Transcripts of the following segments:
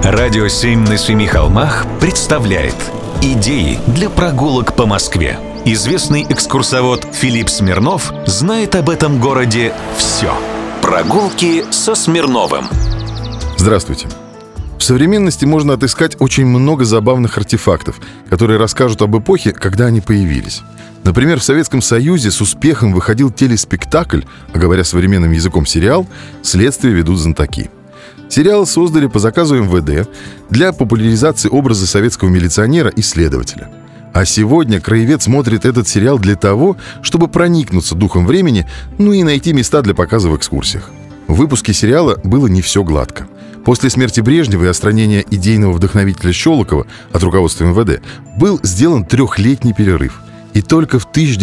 Радио 7 на семи холмах представляет идеи для прогулок по Москве. Известный экскурсовод Филипп Смирнов знает об этом городе все. Прогулки со Смирновым. Здравствуйте. В современности можно отыскать очень много забавных артефактов, которые расскажут об эпохе, когда они появились. Например, в Советском Союзе с успехом выходил телеспектакль, а говоря современным языком сериал, «Следствие ведут знатоки». Сериал создали по заказу МВД для популяризации образа советского милиционера и следователя. А сегодня краевед смотрит этот сериал для того, чтобы проникнуться духом времени, и найти места для показа в экскурсиях. В выпуске сериала было не все гладко. После смерти Брежнева и отстранения идейного вдохновителя Щелокова от руководства МВД был сделан 3-летний перерыв. И только в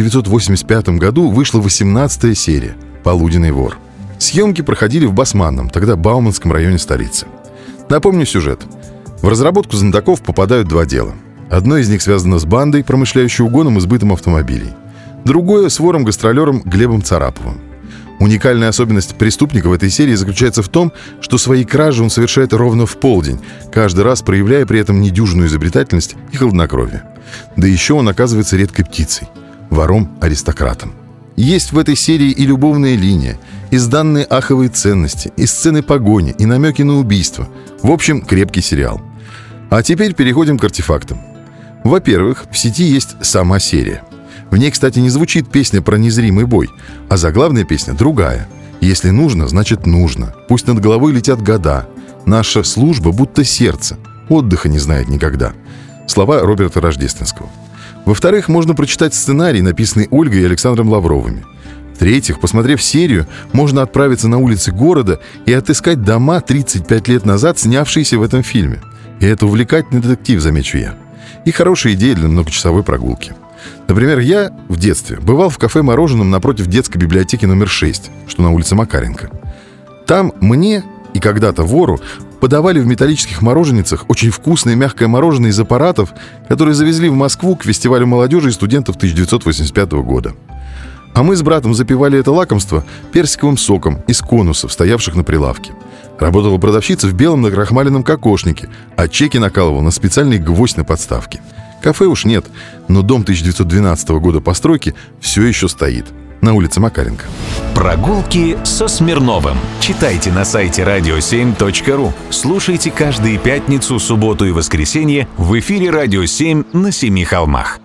1985 году вышла 18-я серия «Полуденный вор». Съемки проходили в Басманном, тогда Бауманском районе столицы. Напомню сюжет. В разработку знатоков попадают 2 дела. Одно из них связано с бандой, промышляющей угоном и сбытом автомобилей. Другое — с вором-гастролером Глебом Цараповым. Уникальная особенность преступника в этой серии заключается в том, что свои кражи он совершает ровно в полдень, каждый раз проявляя при этом недюжинную изобретательность и хладнокровие. Да еще он оказывается редкой птицей — вором-аристократом. Есть в этой серии и любовная линия, и сданные аховые ценности, и сцены погони, и намеки на убийство. В общем, крепкий сериал. А теперь переходим к артефактам. Во-первых, в сети есть сама серия. В ней, кстати, не звучит песня про незримый бой, а заглавная песня другая. Если нужно, значит нужно. Пусть над головой летят года. Наша служба будто сердце. Отдыха не знает никогда. Слова Роберта Рождественского. Во-вторых, можно прочитать сценарий, написанный Ольгой и Александром Лавровыми. В-третьих, посмотрев серию, можно отправиться на улицы города и отыскать дома 35 лет назад, снявшиеся в этом фильме. И это увлекательный детектив, замечу я. И хорошая идея для многочасовой прогулки. Например, я в детстве бывал в кафе-мороженом напротив детской библиотеки номер 6, что на улице Макаренко. Там мне и когда-то вору подавали в металлических мороженицах очень вкусное мягкое мороженое из аппаратов, которые завезли в Москву к фестивалю молодежи и студентов 1985 года. А мы с братом запивали это лакомство персиковым соком из конусов, стоявших на прилавке. Работала продавщица в белом накрахмаленном кокошнике, а чеки накалывал на специальный гвоздь на подставке. Кафе уж нет, но дом 1912 года постройки все еще стоит на улице Макаренко. Прогулки со Смирновым. Читайте на сайте radio7.ru. Слушайте каждые пятницу, субботу и воскресенье в эфире «Радио 7» на Семи холмах.